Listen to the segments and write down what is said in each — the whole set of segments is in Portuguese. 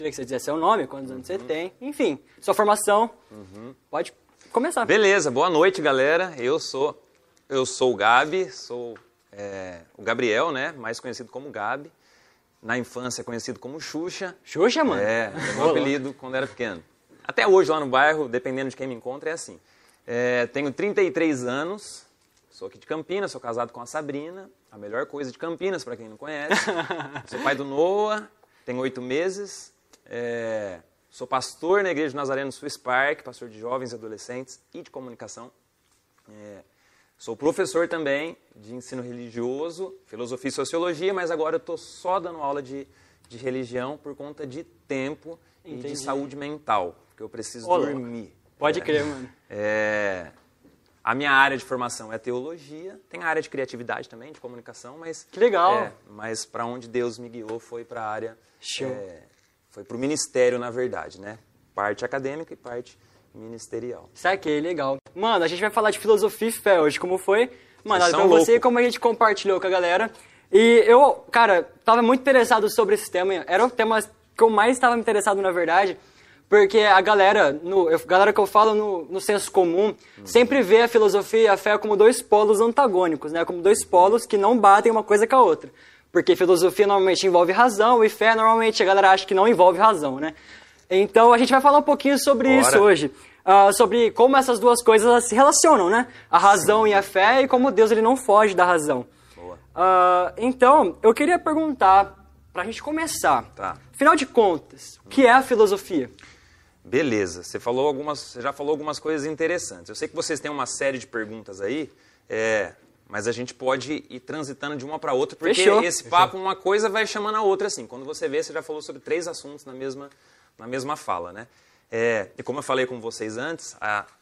Queria que você dissesse seu nome, quantos anos você tem, enfim, sua formação. Pode começar. Beleza, boa noite, galera. Eu sou o Gabi, sou o Gabriel, né? Mais conhecido como Gabi. Na infância conhecido como Xuxa. Xuxa, mano? Meu apelido quando era pequeno. Até hoje lá no bairro, dependendo de quem me encontra, é assim. Tenho 33 anos, sou aqui de Campinas, sou casado com a Sabrina, a melhor coisa de Campinas, para quem não conhece. Sou pai do Noah, tenho 8 meses. Sou pastor na Igreja do Nazareno Swiss Park, pastor de jovens e adolescentes e de comunicação. Sou professor também de ensino religioso, filosofia e sociologia, mas agora eu estou só dando aula de religião por conta de tempo e de saúde mental, porque eu preciso dormir. Pode crer, mano. A minha área de formação é teologia, tem a área de criatividade também, de comunicação, mas... Que legal! Mas para onde Deus me guiou foi para a área... Show! Foi para o ministério, na verdade, né? Parte acadêmica e parte ministerial. Saquei, legal. Mano, a gente vai falar de filosofia e fé hoje, como foi mandado pra louco. você e como a gente compartilhou com a galera. E eu, cara, tava muito interessado sobre esse tema. Era o tema que eu mais estava interessado, na verdade, porque a galera que eu falo no senso comum, sempre vê a filosofia e a fé como dois polos antagônicos, né? Como dois polos que não batem uma coisa com a outra. Porque filosofia normalmente envolve razão e fé normalmente a galera acha que não envolve razão, né? Então a gente vai falar um pouquinho sobre isso hoje. Sobre como essas duas coisas se relacionam, né? A razão e a fé e como Deus ele não foge da razão. Boa. Então, eu queria perguntar, pra gente começar. Tá. Afinal de contas, o que é a filosofia? Beleza, você já falou algumas coisas interessantes. Eu sei que vocês têm uma série de perguntas aí, mas a gente pode ir transitando de uma para outra, porque esse papo, uma coisa vai chamando a outra, assim. Quando você vê, você já falou sobre 3 assuntos na mesma fala, né? E como eu falei com vocês antes,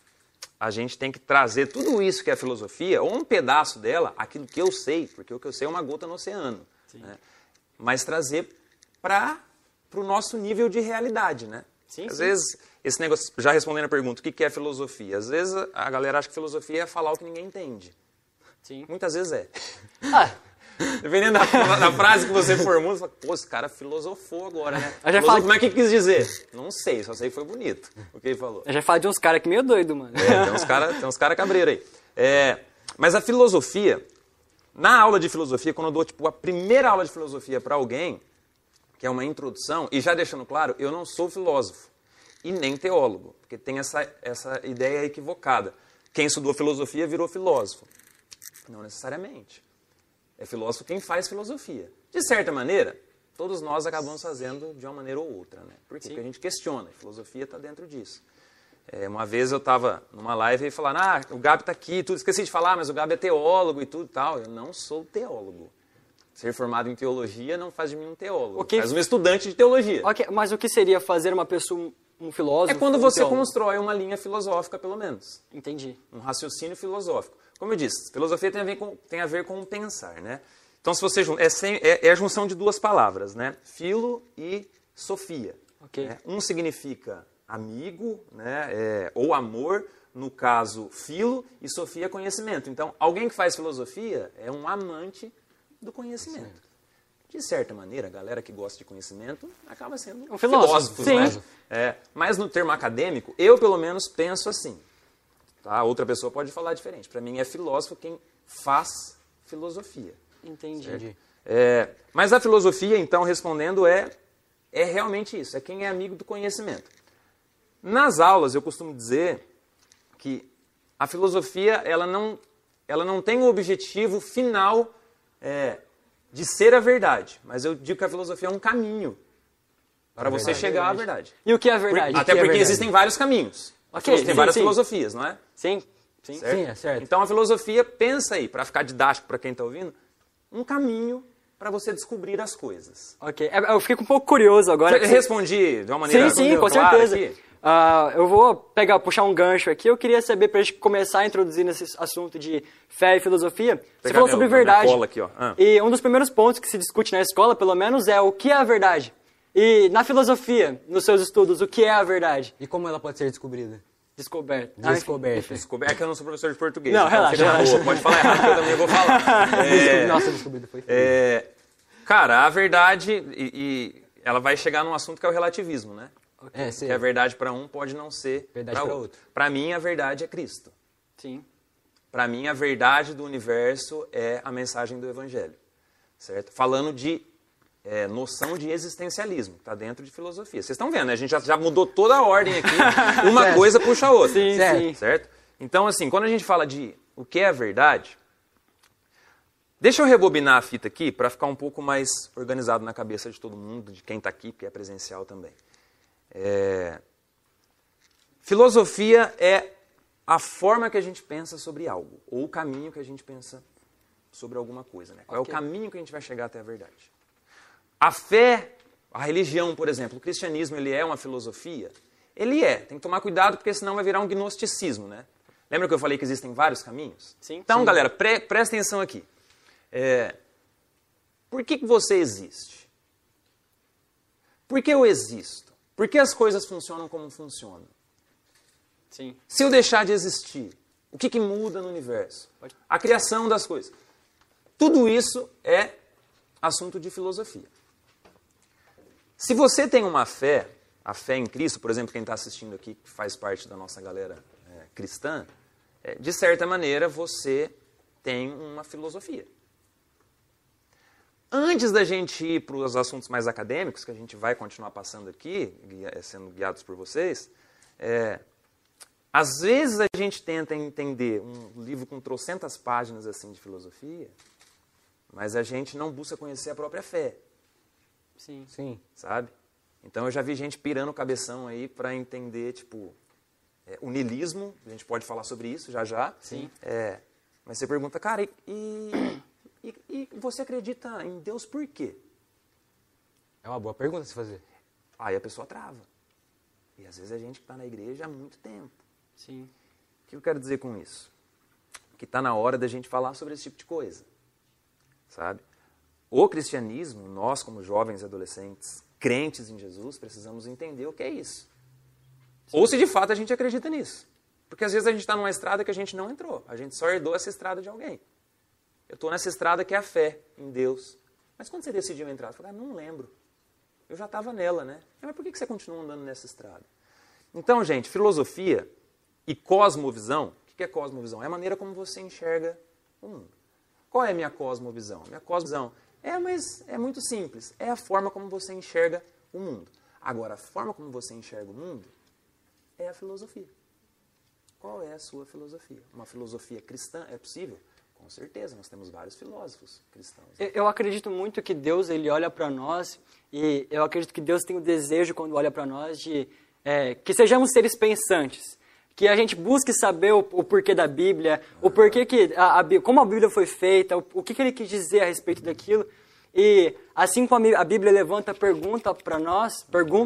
a gente tem que trazer tudo isso que é a filosofia, ou um pedaço dela, aquilo que eu sei, porque o que eu sei é uma gota no oceano, né? Mas trazer para o nosso nível de realidade, né? Às vezes, esse negócio, já respondendo a pergunta, o que é filosofia? Às vezes a galera acha que filosofia é falar o que ninguém entende. Sim. Muitas vezes é. Dependendo da frase que você formula, você fala, pô, esse cara filosofou agora, né? Como é que quis dizer? Não sei, só sei que foi bonito o que ele falou. Eu já falo de uns caras que meio doido, mano. Tem uns cara cabreiro aí. Mas a filosofia, na aula de filosofia, quando eu dou tipo, a primeira aula de filosofia para alguém, que é uma introdução, e já deixando claro, eu não sou filósofo e nem teólogo, porque tem essa ideia equivocada. Quem estudou filosofia virou filósofo. Não necessariamente. É filósofo quem faz filosofia. De certa maneira, todos nós acabamos fazendo de uma maneira ou outra, né? Por quê? Porque a gente questiona. A filosofia está dentro disso. Uma vez eu estava numa live e falaram, o Gabi está aqui, tudo. Esqueci de falar, mas o Gabi é teólogo e tudo e tal. Eu não sou teólogo. Ser formado em teologia não faz de mim um teólogo. Faz um estudante de teologia. Mas o que seria fazer uma pessoa, um filósofo? É quando você constrói uma linha filosófica, pelo menos. Entendi. Um raciocínio filosófico. Como eu disse, filosofia tem a ver com pensar, né? Então, se você é a junção de 2 palavras, né? Filo e sofia. Né? Um significa amigo, né? Ou amor, no caso, filo, e sofia, conhecimento. Então, alguém que faz filosofia é um amante do conhecimento. Sim. De certa maneira, a galera que gosta de conhecimento acaba sendo um filósofo, né? Mas no termo acadêmico, eu pelo menos penso assim. Tá? Outra pessoa pode falar diferente. Para mim é filósofo quem faz filosofia. Entendi. Mas a filosofia, então, respondendo, é realmente isso. É quem é amigo do conhecimento. Nas aulas, eu costumo dizer que a filosofia ela não tem o objetivo final de ser a verdade. Mas eu digo que a filosofia é um caminho para você chegar à verdade. E o que é a verdade? Até porque existem vários caminhos. Tem várias filosofias, não é? Sim, é certo. Então a filosofia, pensa aí, para ficar didático para quem está ouvindo, um caminho para você descobrir as coisas. Eu fiquei um pouco curioso agora. Respondi de uma maneira sim, com certeza. Eu vou puxar um gancho aqui. Eu queria saber, para a gente começar a introduzir nesse assunto de fé e filosofia, você falou sobre verdade. Aqui, ó. E um dos primeiros pontos que se discute na escola, pelo menos, é o que é a verdade. E na filosofia, nos seus estudos, o que é a verdade? E como ela pode ser descobrida? Descoberta. Descoberta que eu não sou professor de português. Não, então relaxa. Pode falar errado que eu também vou falar. Nossa, descobrida foi. Cara, a verdade, ela vai chegar num assunto que é o relativismo, né? Que a verdade para um pode não ser para outro. Para mim, a verdade é Cristo. Sim. Para mim, a verdade do universo é a mensagem do Evangelho. Certo? Falando de noção de existencialismo, que está dentro de filosofia. Vocês estão vendo, né? A gente já mudou toda a ordem aqui. Uma coisa puxa a outra. Sim, sim. Certo? Então, assim, quando a gente fala de o que é a verdade, deixa eu rebobinar a fita aqui para ficar um pouco mais organizado na cabeça de todo mundo, de quem está aqui, porque é presencial também. Filosofia é a forma que a gente pensa sobre algo, ou o caminho que a gente pensa sobre alguma coisa. Né? Qual é o caminho que a gente vai chegar até a verdade? A fé, a religião, por exemplo, o cristianismo, ele é uma filosofia? Ele é. Tem que tomar cuidado, porque senão vai virar um gnosticismo, né? Lembra que eu falei que existem vários caminhos? Sim. Então, galera, presta atenção aqui. Por que você existe? Por que eu existo? Por que as coisas funcionam como funcionam? Sim. Se eu deixar de existir, o que muda no universo? A criação das coisas. Tudo isso é assunto de filosofia. Se você tem uma fé, a fé em Cristo, por exemplo, quem está assistindo aqui, que faz parte da nossa galera cristã, de certa maneira você tem uma filosofia. Antes da gente ir para os assuntos mais acadêmicos, que a gente vai continuar passando aqui, sendo guiados por vocês, às vezes a gente tenta entender um livro com 300 páginas assim de filosofia, mas a gente não busca conhecer a própria fé. Sim. Sim. Sabe? Então eu já vi gente pirando o cabeção aí para entender, tipo, o niilismo, a gente pode falar sobre isso já. Sim. Mas você pergunta, cara, e você acredita em Deus por quê? É uma boa pergunta a se fazer. Aí a pessoa trava. E às vezes a gente que está na igreja há muito tempo. Sim. O que eu quero dizer com isso? Que está na hora da gente falar sobre esse tipo de coisa. Sabe? O cristianismo, nós como jovens e adolescentes, crentes em Jesus, precisamos entender o que é isso. Sim. Ou se de fato a gente acredita nisso. Porque às vezes a gente está numa estrada que a gente não entrou. A gente só herdou essa estrada de alguém. Eu estou nessa estrada que é a fé em Deus. Mas quando você decidiu entrar? Eu falei, não lembro. Eu já estava nela, né? Mas por que você continua andando nessa estrada? Então, gente, filosofia e cosmovisão. O que é cosmovisão? É a maneira como você enxerga o mundo. Qual é a minha cosmovisão? Minha cosmovisão mas é muito simples. É a forma como você enxerga o mundo. Agora, a forma como você enxerga o mundo é a filosofia. Qual é a sua filosofia? Uma filosofia cristã é possível? Com certeza, nós temos vários filósofos cristãos. Eu acredito muito que Deus, ele olha para nós, e eu acredito que Deus tem o desejo, quando olha para nós, de que sejamos seres pensantes. Que a gente busque saber o porquê da Bíblia, o porquê que como a Bíblia foi feita, o que ele quis dizer a respeito daquilo. E assim como a Bíblia levanta perguntas para nós,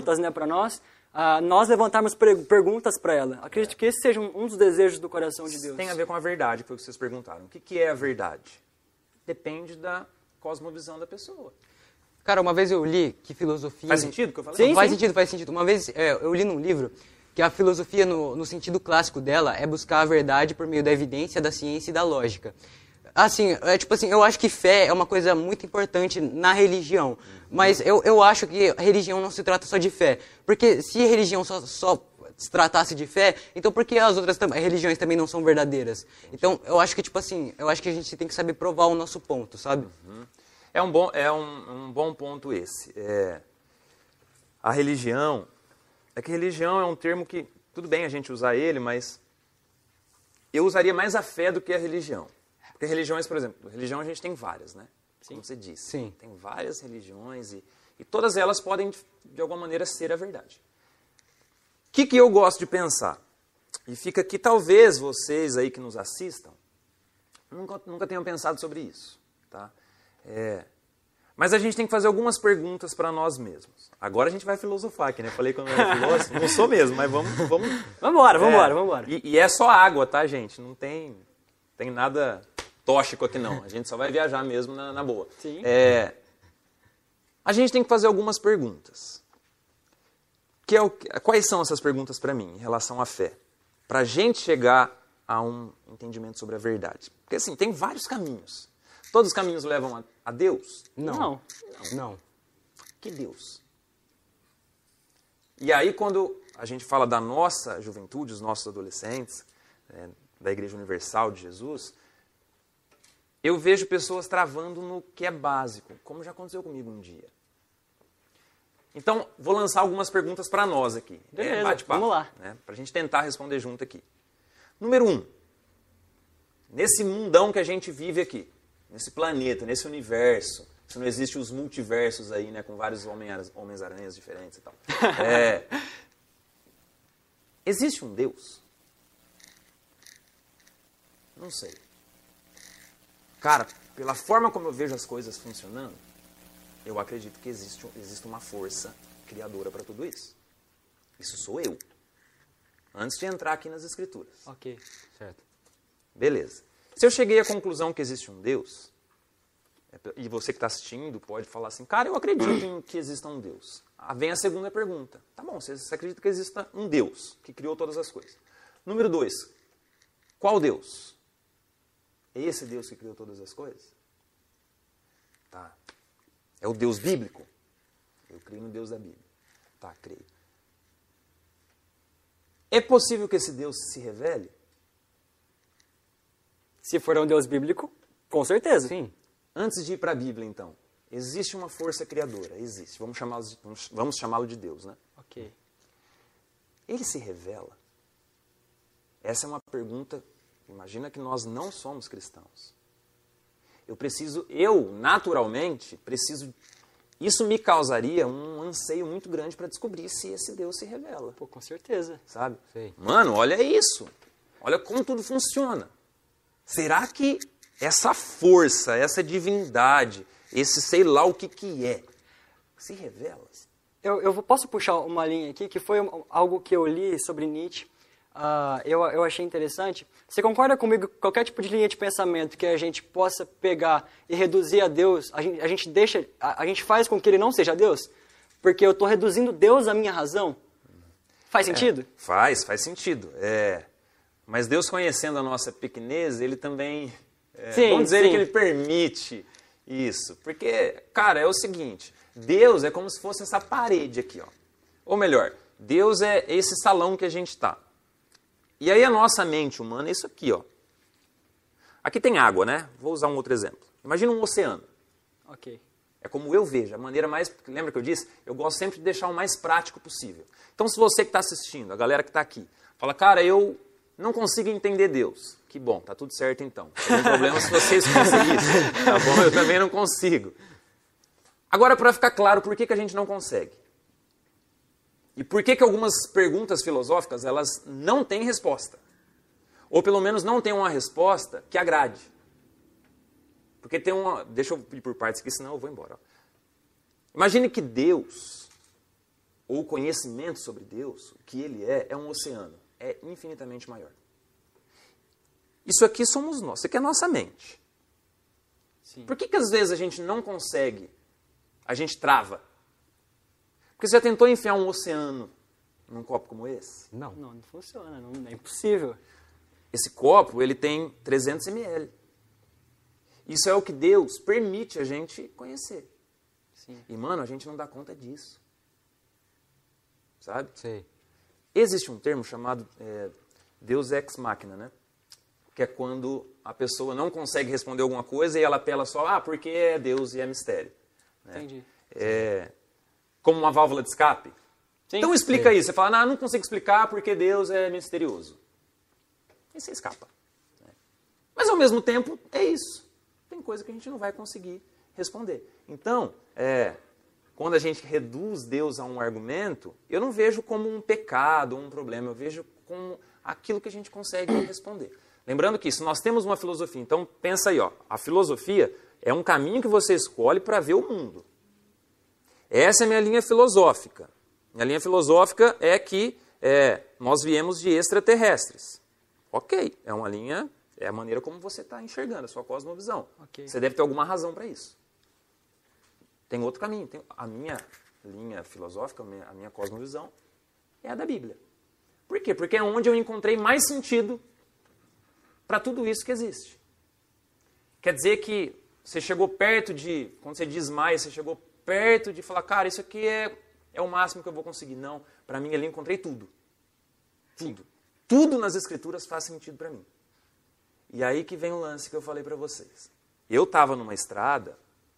nós levantarmos perguntas para ela. Acredito que esse seja um dos desejos do coração de Deus. Tem a ver com a verdade, que foi o que vocês perguntaram. O que é a verdade? Depende da cosmovisão da pessoa. Cara, uma vez eu li que filosofia... Faz sentido o que eu falei? Sim, faz sentido. Uma vez eu li num livro que a filosofia, no sentido clássico dela, é buscar a verdade por meio da evidência, da ciência e da lógica. Assim, eu acho que fé é uma coisa muito importante na religião. Mas eu acho que a religião não se trata só de fé. Porque se a religião só se tratasse de fé, então por que as outras religiões também não são verdadeiras? Então, eu acho que, eu acho que a gente tem que saber provar o nosso ponto, sabe? Uhum. É um bom ponto esse. A religião... É que religião é um termo que, tudo bem a gente usar ele, mas eu usaria mais a fé do que a religião. Porque religiões, por exemplo, religião a gente tem várias, né? Sim. Como você disse. Sim. Tem várias religiões e todas elas podem, de alguma maneira, ser a verdade. O que eu gosto de pensar? E fica aqui, talvez vocês aí que nos assistam, nunca tenham pensado sobre isso, tá? Mas a gente tem que fazer algumas perguntas para nós mesmos. Agora a gente vai filosofar aqui, né? Falei que eu não era filósofo, não sou mesmo, mas vamos... Vambora. E é só água, tá, gente? Não tem nada tóxico aqui, não. A gente só vai viajar mesmo na boa. Sim. A gente tem que fazer algumas perguntas. Quais são essas perguntas para mim, em relação à fé? Para a gente chegar a um entendimento sobre a verdade. Porque, assim, tem vários caminhos. Todos os caminhos levam a Deus? Não. Não. Que Deus? E aí, quando a gente fala da nossa juventude, os nossos adolescentes, da Igreja Universal de Jesus, eu vejo pessoas travando no que é básico, como já aconteceu comigo um dia. Então, vou lançar algumas perguntas para nós aqui. Beleza, vamos lá. Né, para a gente tentar responder junto aqui. Número 1. Nesse mundão que a gente vive aqui, nesse planeta, nesse universo, se não existe os multiversos aí, né, com vários homens-aranhas diferentes e tal. Existe um Deus? Não sei. Cara, pela forma como eu vejo as coisas funcionando, eu acredito que existe uma força criadora para tudo isso. Isso sou eu. Antes de entrar aqui nas Escrituras. Ok, certo. Beleza. Se eu cheguei à conclusão que existe um Deus, e você que está assistindo pode falar assim, cara, eu acredito em que exista um Deus. Vem a segunda pergunta. Tá bom, você acredita que exista um Deus que criou todas as coisas. Número 2. Qual Deus? É esse Deus que criou todas as coisas? Tá. É o Deus bíblico? Eu creio no Deus da Bíblia. Tá, creio. É possível que esse Deus se revele? Se for um Deus bíblico, com certeza. Sim. Antes de ir para a Bíblia, então, existe uma força criadora? Existe. Vamos chamá-lo de Deus, né? Ok. Ele se revela? Essa é uma pergunta. Imagina que nós não somos cristãos. Eu naturalmente, preciso... Isso me causaria um anseio muito grande para descobrir se esse Deus se revela. Pô, com certeza. Sabe? Sei. Mano, olha isso. Olha como tudo funciona. Será que essa força, essa divindade, esse sei lá o que é, se revela? Posso puxar uma linha aqui, que foi algo que eu li sobre Nietzsche. Eu achei interessante. Você concorda comigo que qualquer tipo de linha de pensamento que a gente possa pegar e reduzir a Deus, a gente faz com que ele não seja Deus? Porque eu estou reduzindo Deus à minha razão? Faz sentido? Faz sentido. Mas Deus, conhecendo a nossa pequenez, ele também... vamos dizer que ele permite isso. Porque, cara, é o seguinte, Deus é como se fosse essa parede aqui, ó. Ou melhor, Deus é esse salão que a gente está. E aí a nossa mente humana é isso aqui, ó. Aqui tem água, né? Vou usar um outro exemplo. Imagina um oceano. Ok. É como eu vejo, a maneira mais... Lembra que eu disse? Eu gosto sempre de deixar o mais prático possível. Então, se você que está assistindo, a galera que está aqui, fala, cara, eu não consigo entender Deus. Que bom, tá tudo certo então. Não tem problema se vocês conseguissem. Tá bom? Eu também não consigo. Agora, para ficar claro, por que a gente não consegue? E por que algumas perguntas filosóficas, elas não têm resposta? Ou pelo menos não têm uma resposta que agrade. Porque tem uma... Deixa eu ir por partes aqui, senão eu vou embora. Imagine que Deus, ou o conhecimento sobre Deus, o que ele é um oceano. É infinitamente maior. Isso aqui somos nós. Isso aqui é a nossa mente. Sim. Por que às vezes a gente não consegue, a gente trava? Porque você já tentou enfiar um oceano num copo como esse? Não funciona, não é impossível. Esse copo, ele tem 300 ml. Isso é o que Deus permite a gente conhecer. Sim. E, mano, a gente não dá conta disso. Sabe? Sei. Existe um termo chamado Deus ex machina, né? Que é quando a pessoa não consegue responder alguma coisa e ela apela só, porque é Deus e é mistério. Né? Entendi. Como uma válvula de escape. Sim. Então explica isso. Você fala, não consigo explicar porque Deus é misterioso. E você escapa. Né? Mas ao mesmo tempo, é isso. Tem coisa que a gente não vai conseguir responder. Então, quando a gente reduz Deus a um argumento, eu não vejo como um pecado ou um problema. Eu vejo como aquilo que a gente consegue responder. Lembrando que se nós temos uma filosofia, então pensa aí, ó, a filosofia é um caminho que você escolhe para ver o mundo. Essa é a minha linha filosófica. Minha linha filosófica é que nós viemos de extraterrestres. Ok, é uma linha, é a maneira como você está enxergando, a sua cosmovisão. Okay. Você deve ter alguma razão para isso. Tem outro caminho. A minha linha filosófica, a minha cosmovisão, é a da Bíblia. Por quê? Porque é onde eu encontrei mais sentido para tudo isso que existe. Quer dizer que você chegou perto de, quando você diz mais, você chegou perto de falar, cara, isso aqui é é o máximo que eu vou conseguir. Não, para mim ali eu encontrei tudo. Tudo. Tudo nas Escrituras faz sentido para mim. E aí que vem o lance que eu falei para vocês. Eu estava numa estrada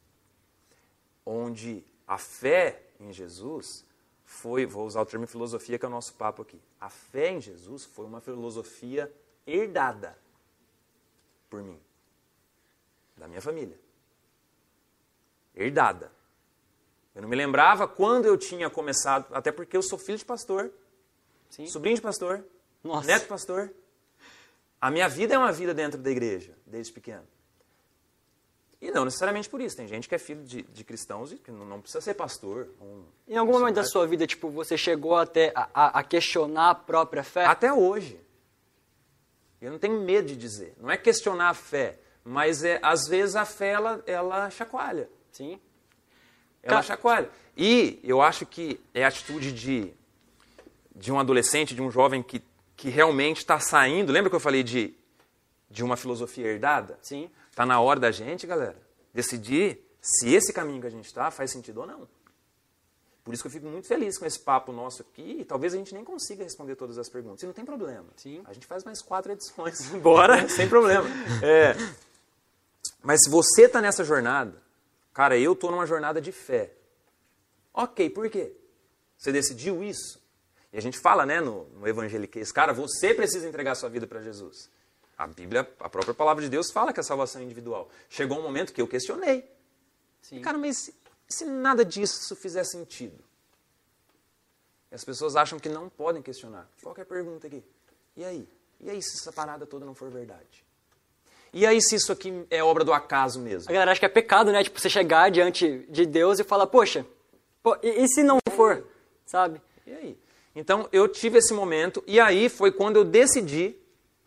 onde a fé em Jesus foi, vou usar o termo filosofia que é o nosso papo aqui. A fé em Jesus foi uma filosofia herdada por mim, da minha família. Herdada. Eu não me lembrava quando eu tinha começado, até porque eu sou filho de pastor, Sim. sobrinho de pastor, Nossa. neto de pastor. A minha vida é uma vida dentro da igreja, desde pequeno. E não necessariamente por isso. Tem gente que é filho de cristãos e que não precisa ser pastor. Em algum momento da sua vida, tipo, você chegou até a questionar a própria fé? Até hoje. Eu não tenho medo de dizer. Não é questionar a fé, mas às vezes a fé, ela chacoalha. Sim. Ela chacoalha. E eu acho que é a atitude de um adolescente, de um jovem que realmente está saindo. Lembra que eu falei de uma filosofia herdada? Sim. Está na hora da gente, galera, decidir se esse caminho que a gente está faz sentido ou não. Por isso que eu fico muito feliz com esse papo nosso aqui. E talvez a gente nem consiga responder todas as perguntas. E não tem problema. Sim. A gente faz mais 4 edições. Bora, sem problema. Mas se você está nessa jornada, cara, eu estou numa jornada de fé. Ok, por quê? Você decidiu isso? E a gente fala, né, no Evangeliquez, cara, você precisa entregar sua vida para Jesus. A Bíblia, a própria palavra de Deus fala que a salvação é individual. Chegou um momento que eu questionei. Sim. Cara, mas se nada disso fizer sentido? E as pessoas acham que não podem questionar. Qual que é a pergunta aqui? E aí? E aí se essa parada toda não for verdade? E aí se isso aqui é obra do acaso mesmo? A galera acha que é pecado, né? Tipo, você chegar diante de Deus e falar, poxa, e se não for? Sabe? E aí? Então, eu tive esse momento, e aí foi quando eu decidi.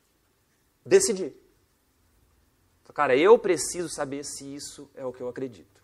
Cara, eu preciso saber se isso é o que eu acredito.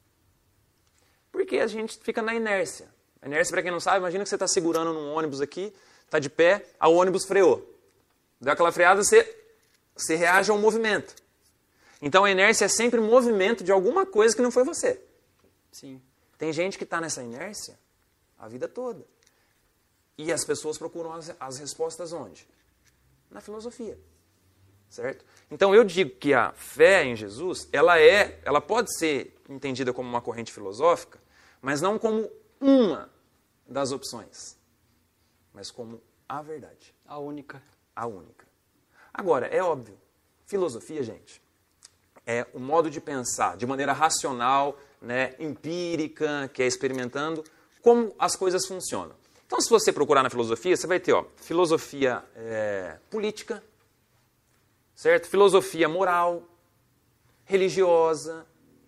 Porque a gente fica na inércia. A inércia, para quem não sabe, imagina que você está segurando num ônibus aqui, está de pé, o ônibus freou. Deu aquela freada, você reage ao movimento. Então, a inércia é sempre movimento de alguma coisa que não foi você. Sim. Tem gente que está nessa inércia a vida toda. E as pessoas procuram as respostas onde? Na filosofia. Certo? Então eu digo que a fé em Jesus, ela pode ser entendida como uma corrente filosófica, mas não como uma das opções, mas como a verdade. A única. A única. Agora, é óbvio, filosofia, gente, é um modo de pensar de maneira racional, né, empírica, que é experimentando como as coisas funcionam. Então, se você procurar na filosofia, você vai ter filosofia política, certo? Filosofia moral, religiosa,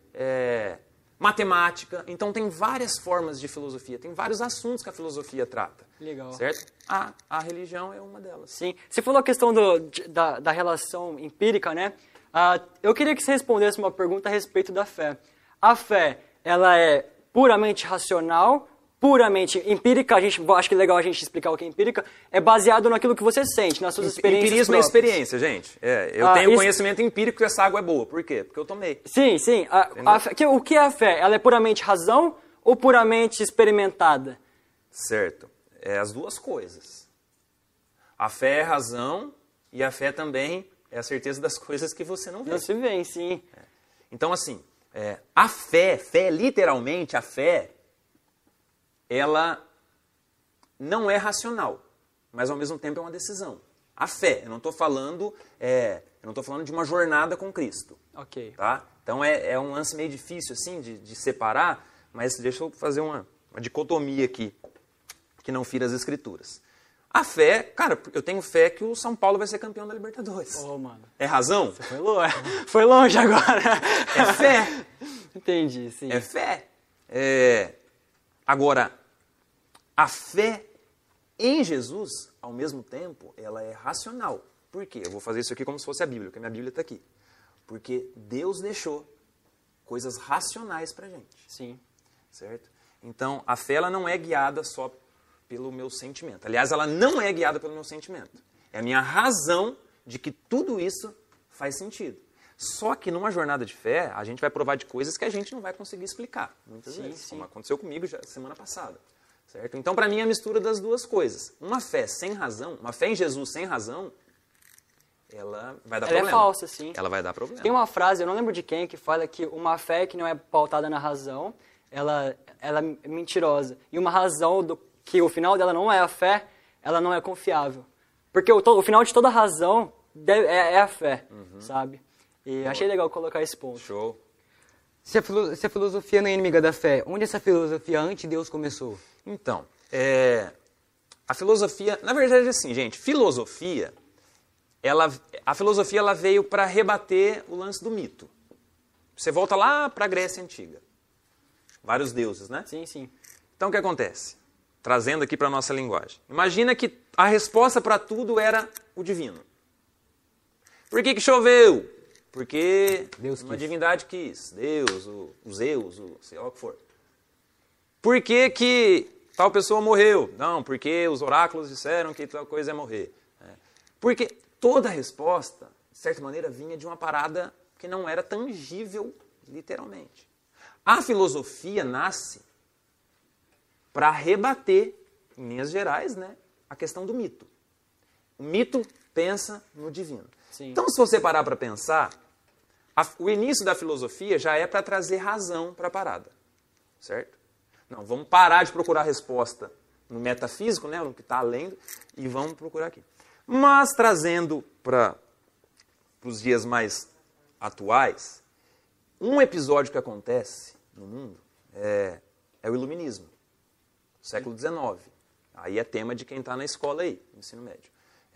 matemática. Então, tem várias formas de filosofia, tem vários assuntos que a filosofia trata. Legal. Certo? A religião é uma delas. Sim. Você falou a questão da relação empírica, né? Eu queria que você respondesse uma pergunta a respeito da fé. A fé, ela é puramente racional, puramente empírica, acho que é legal a gente explicar o que é empírica, é baseado naquilo que você sente, nas suas experiências Empirismo próprias. é experiência, gente. Eu tenho conhecimento empírico que essa água é boa. Por quê? Porque eu tomei. Sim. O que é a fé? Ela é puramente razão ou puramente experimentada? Certo. É as duas coisas. A fé é razão e a fé também é a certeza das coisas que você não vê. Não se vê, sim. Então, assim, a fé, literalmente, a fé, ela não é racional, mas ao mesmo tempo é uma decisão. A fé, eu não estou falando de uma jornada com Cristo. Ok. Tá? Então é um lance meio difícil assim de separar, mas deixa eu fazer uma dicotomia aqui, que não fira as Escrituras. A fé, cara, eu tenho fé que o São Paulo vai ser campeão da Libertadores. Mano. É razão? Foi longe agora. É fé. Entendi, sim. É fé. Agora, a fé em Jesus, ao mesmo tempo, ela é racional. Por quê? Eu vou fazer isso aqui como se fosse a Bíblia, porque a minha Bíblia está aqui. Porque Deus deixou coisas racionais para a gente. Sim. Certo? Então, a fé ela não é guiada só pelo meu sentimento. Aliás, ela não é guiada pelo meu sentimento. É a minha razão de que tudo isso faz sentido. Só que numa jornada de fé, a gente vai provar de coisas que a gente não vai conseguir explicar, muitas vezes. Sim. Como aconteceu comigo já semana passada. Certo? Então, para mim, é a mistura das duas coisas. Uma fé sem razão, uma fé em Jesus sem razão, ela vai dar problema. Ela é falsa, sim. Ela vai dar problema. Tem uma frase, eu não lembro de quem, que fala que uma fé que não é pautada na razão, ela é mentirosa. E uma razão que o final dela não é a fé, ela não é confiável. Porque o final de toda razão é a fé, sabe? E achei legal colocar esse ponto. Show. Se a filosofia não é inimiga da fé, onde essa filosofia anti-Deus começou? Então, a filosofia... Na verdade, assim, gente, a filosofia ela veio para rebater o lance do mito. Você volta lá para a Grécia Antiga. Vários deuses, né? Sim, sim. Então, o que acontece? Trazendo aqui para a nossa linguagem. Imagina que a resposta para tudo era o divino. Por que choveu? Porque Deus uma quis. divindade quis. Deus, o Zeus, sei lá o que for. Por que tal pessoa morreu? Não, porque os oráculos disseram que tal coisa ia morrer. Porque toda a resposta, de certa maneira, vinha de uma parada que não era tangível, literalmente. A filosofia nasce para rebater, em linhas gerais, né, a questão do mito. O mito pensa no divino. Sim. Então, se você parar para pensar, o início da filosofia já é para trazer razão para a parada. Certo? Não, vamos parar de procurar resposta no metafísico, né, no que está além, e vamos procurar aqui. Mas, trazendo para os dias mais atuais, um episódio que acontece no mundo é o iluminismo. Século XIX. Aí é tema de quem está na escola aí, no ensino médio.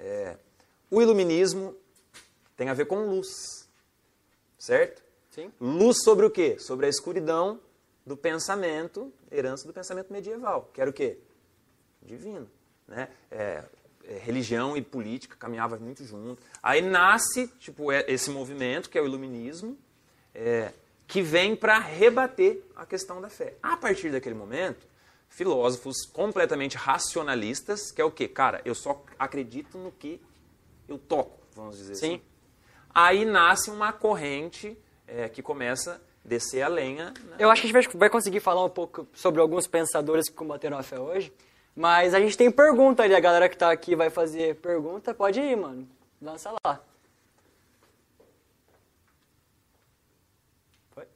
O iluminismo tem a ver com luz, certo? Sim. Luz sobre o quê? Sobre a escuridão do pensamento, herança do pensamento medieval, que era o quê? Divino. Né? Religião e política caminhavam muito junto. Aí nasce esse movimento, que é o iluminismo, que vem para rebater a questão da fé. A partir daquele momento, filósofos completamente racionalistas, que é o quê? Cara, eu só acredito no que eu toco, vamos dizer Sim. assim. Aí nasce uma corrente que começa a descer a lenha. Né? Eu acho que a gente vai conseguir falar um pouco sobre alguns pensadores que combateram a fé hoje, mas a gente tem pergunta ali, a galera que tá aqui vai fazer pergunta, pode ir, mano, lança lá. Foi?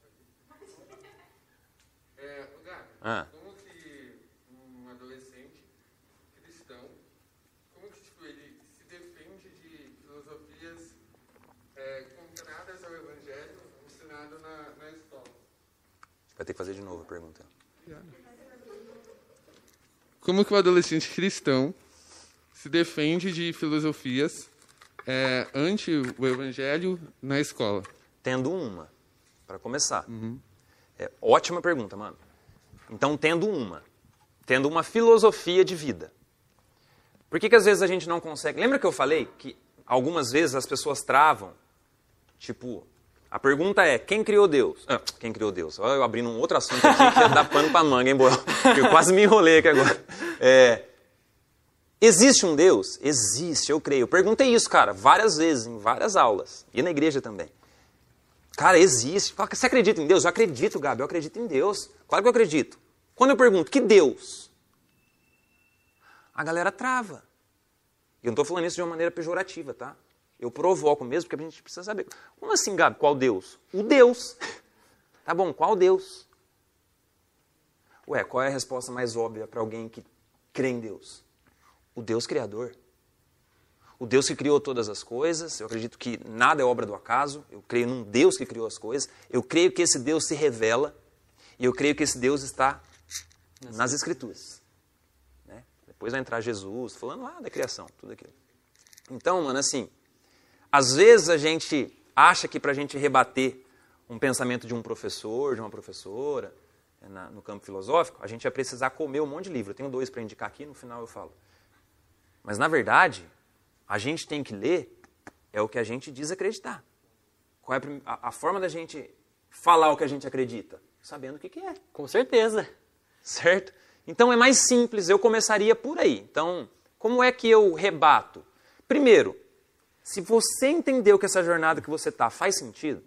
Ah. Como que um adolescente cristão, como que tipo, ele se defende de filosofias contrárias ao evangelho ensinado na escola? Vai ter que fazer de novo a pergunta. Como que o adolescente cristão se defende de filosofias anti o evangelho na escola? Tendo uma, para começar. Ótima pergunta, mano. Então, tendo uma filosofia de vida. Por que às vezes a gente não consegue... Lembra que eu falei que algumas vezes as pessoas travam, tipo, a pergunta é, quem criou Deus? Quem criou Deus? Olha, eu abrindo um outro assunto aqui que ia dar pano pra manga, hein, Boel? Eu quase me enrolei aqui agora. Existe um Deus? Existe, eu creio. Eu perguntei isso, cara, várias vezes, em várias aulas. E na igreja também. Cara, existe. Você acredita em Deus? Eu acredito, Gabi, eu acredito em Deus. Claro que eu acredito. Quando eu pergunto, que Deus? A galera trava. Eu não estou falando isso de uma maneira pejorativa, tá? Eu provoco mesmo, porque a gente precisa saber. Como assim, Gabi? Qual Deus? O Deus. Tá bom, qual Deus? Ué, qual é a resposta mais óbvia para alguém que crê em Deus? O Deus Criador. O Deus que criou todas as coisas. Eu acredito que nada é obra do acaso. Eu creio num Deus que criou as coisas. Eu creio que esse Deus se revela. E eu creio que esse Deus está nas Escrituras. Né? Depois vai entrar Jesus, falando lá da criação, tudo aquilo. Então, mano, assim, às vezes a gente acha que para a gente rebater um pensamento de um professor, de uma professora, no campo filosófico, a gente vai precisar comer um monte de livro. Eu tenho 2 para indicar aqui, no final eu falo. Mas, na verdade, a gente tem que ler o que a gente diz acreditar. Qual é a forma da gente falar o que a gente acredita? Sabendo o que é. Com certeza. Certo? Então é mais simples, eu começaria por aí. Então, como é que eu rebato? Primeiro, se você entendeu que essa jornada que você está faz sentido,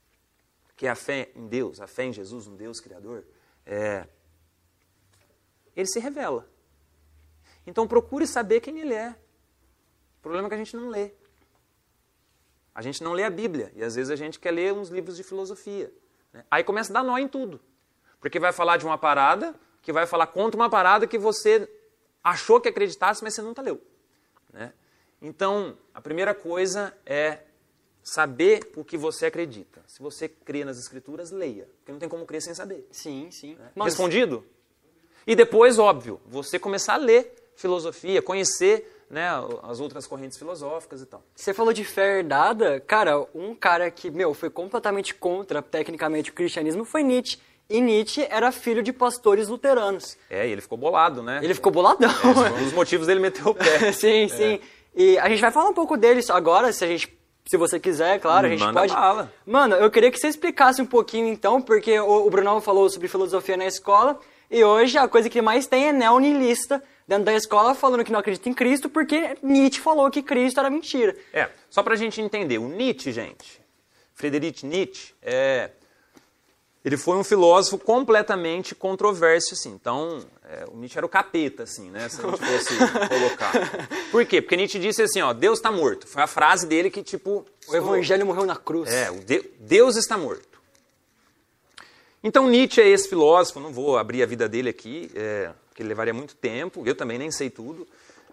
que é a fé em Deus, a fé em Jesus, um Deus Criador, ele se revela. Então procure saber quem ele é. O problema é que a gente não lê. A gente não lê a Bíblia. E às vezes a gente quer ler uns livros de filosofia. Né? Aí começa a dar nó em tudo. Porque vai falar de uma parada, que vai falar contra uma parada que você achou que acreditasse, mas você nunca leu. Né? Então, a primeira coisa é saber o que você acredita. Se você crê nas Escrituras, leia. Porque não tem como crer sem saber. Sim, sim. Né? Mas- Respondido? E depois, óbvio, você começar a ler filosofia, conhecer, né, as outras correntes filosóficas e tal. Você falou de fé herdada, cara, um cara que, foi completamente contra, tecnicamente, o cristianismo foi Nietzsche. E Nietzsche era filho de pastores luteranos. E ele ficou bolado, né? Ele ficou boladão. Esse foi um dos motivos dele meter o pé. Sim, sim. E a gente vai falar um pouco deles agora, se você quiser, claro, a gente Manda pode. bala. Mano, eu queria que você explicasse um pouquinho então, porque o Brunão falou sobre filosofia na escola, e hoje a coisa que mais tem é neonihilista dentro da escola falando que não acredita em Cristo, porque Nietzsche falou que Cristo era mentira. Só pra gente entender, o Nietzsche, gente, Friedrich Nietzsche, ele foi um filósofo completamente controverso, assim. Então, o Nietzsche era o capeta, assim, né? Se a gente fosse colocar. Por quê? Porque Nietzsche disse assim, ó, Deus está morto. Foi a frase dele que, tipo... O evangelho morreu na cruz. Deus está morto. Então, Nietzsche é esse filósofo, não vou abrir a vida dele aqui, porque ele levaria muito tempo, eu também nem sei tudo.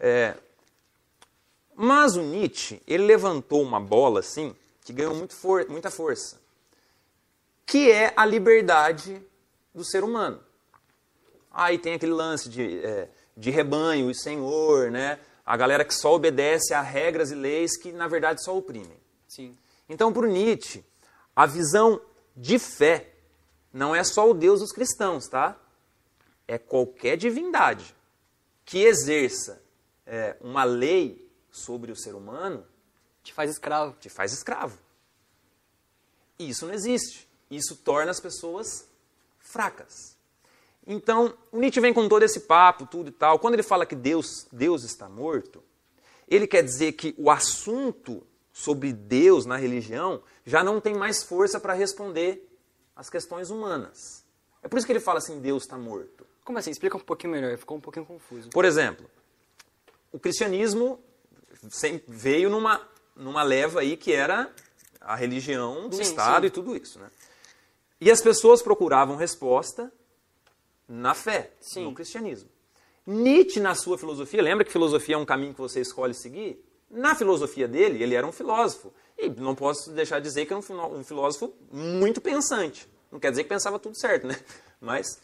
Mas o Nietzsche, ele levantou uma bola, assim, que ganhou muita força, que é a liberdade do ser humano. Aí tem aquele lance de rebanho e senhor, né? A galera que só obedece a regras e leis que, na verdade, só oprimem. Sim. Então, para o Nietzsche, a visão de fé não é só o Deus dos cristãos, tá? É qualquer divindade que exerça uma lei sobre o ser humano, Te faz escravo. te faz escravo. E isso não existe. Isso torna as pessoas fracas. Então, o Nietzsche vem com todo esse papo, tudo e tal. Quando ele fala que Deus está morto, ele quer dizer que o assunto sobre Deus na religião já não tem mais força para responder às questões humanas. É por isso que ele fala assim, Deus está morto. Como assim? Explica um pouquinho melhor, ficou um pouquinho confuso. Por exemplo, o cristianismo veio numa leva aí que era a religião do Sim, Estado sim. e tudo isso, né? E as pessoas procuravam resposta na fé, Sim. no cristianismo. Nietzsche, na sua filosofia, lembra que filosofia é um caminho que você escolhe seguir? Na filosofia dele, ele era um filósofo. E não posso deixar de dizer que era um filósofo muito pensante. Não quer dizer que pensava tudo certo, né? Mas,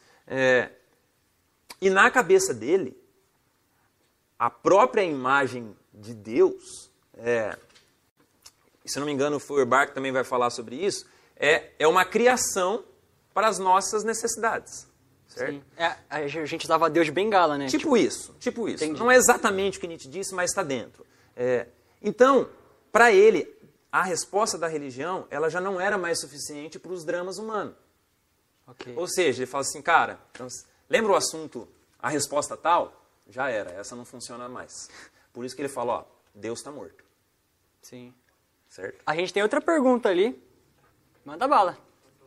e na cabeça dele, a própria imagem de Deus, se não me engano o Feuerbach também vai falar sobre isso, é uma criação para as nossas necessidades. Certo? Sim. A gente dava Deus de bengala, né? Tipo isso. Entendi. Não é exatamente o que Nietzsche disse, mas está dentro. Então, para ele, a resposta da religião ela já não era mais suficiente para os dramas humanos. Ok. Ou seja, ele fala assim, cara, então, lembra o assunto, a resposta tal? Já era, essa não funciona mais. Por isso que ele fala, ó, Deus está morto. Sim. Certo? A gente tem outra pergunta ali. Manda bala.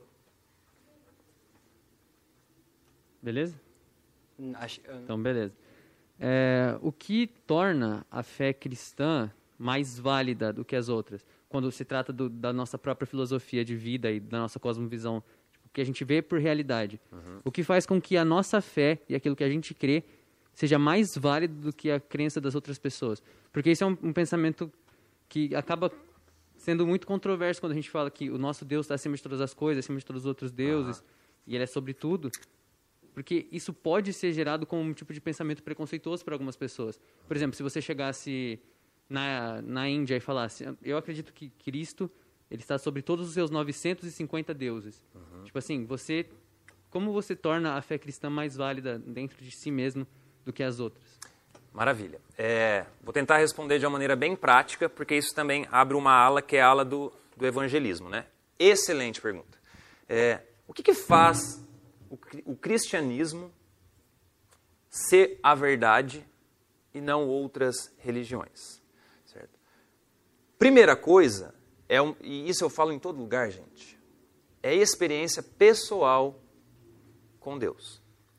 Beleza? Acho- Então, beleza. O que torna a fé cristã mais válida do que as outras? Quando se trata da nossa própria filosofia de vida e da nossa cosmovisão, tipo, que a gente vê por realidade. O que faz com que a nossa fé e aquilo que a gente crê seja mais válido do que a crença das outras pessoas? Porque isso é um pensamento que acaba sendo muito controverso quando a gente fala que o nosso Deus está acima de todas as coisas, acima de todos os outros deuses, e Ele é sobre tudo. Porque isso pode ser gerado como um tipo de pensamento preconceituoso para algumas pessoas. Por exemplo, se você chegasse na Índia e falasse, eu acredito que Cristo ele está sobre todos os seus 950 deuses. Tipo assim, como você torna a fé cristã mais válida dentro de si mesmo do que as outras? Maravilha. Vou tentar responder de uma maneira bem prática, porque isso também abre uma ala que é a ala do evangelismo, né? Excelente pergunta. O que faz o cristianismo ser a verdade e não outras religiões? Certo? Primeira coisa, e isso eu falo em todo lugar, gente, é a experiência pessoal com Deus.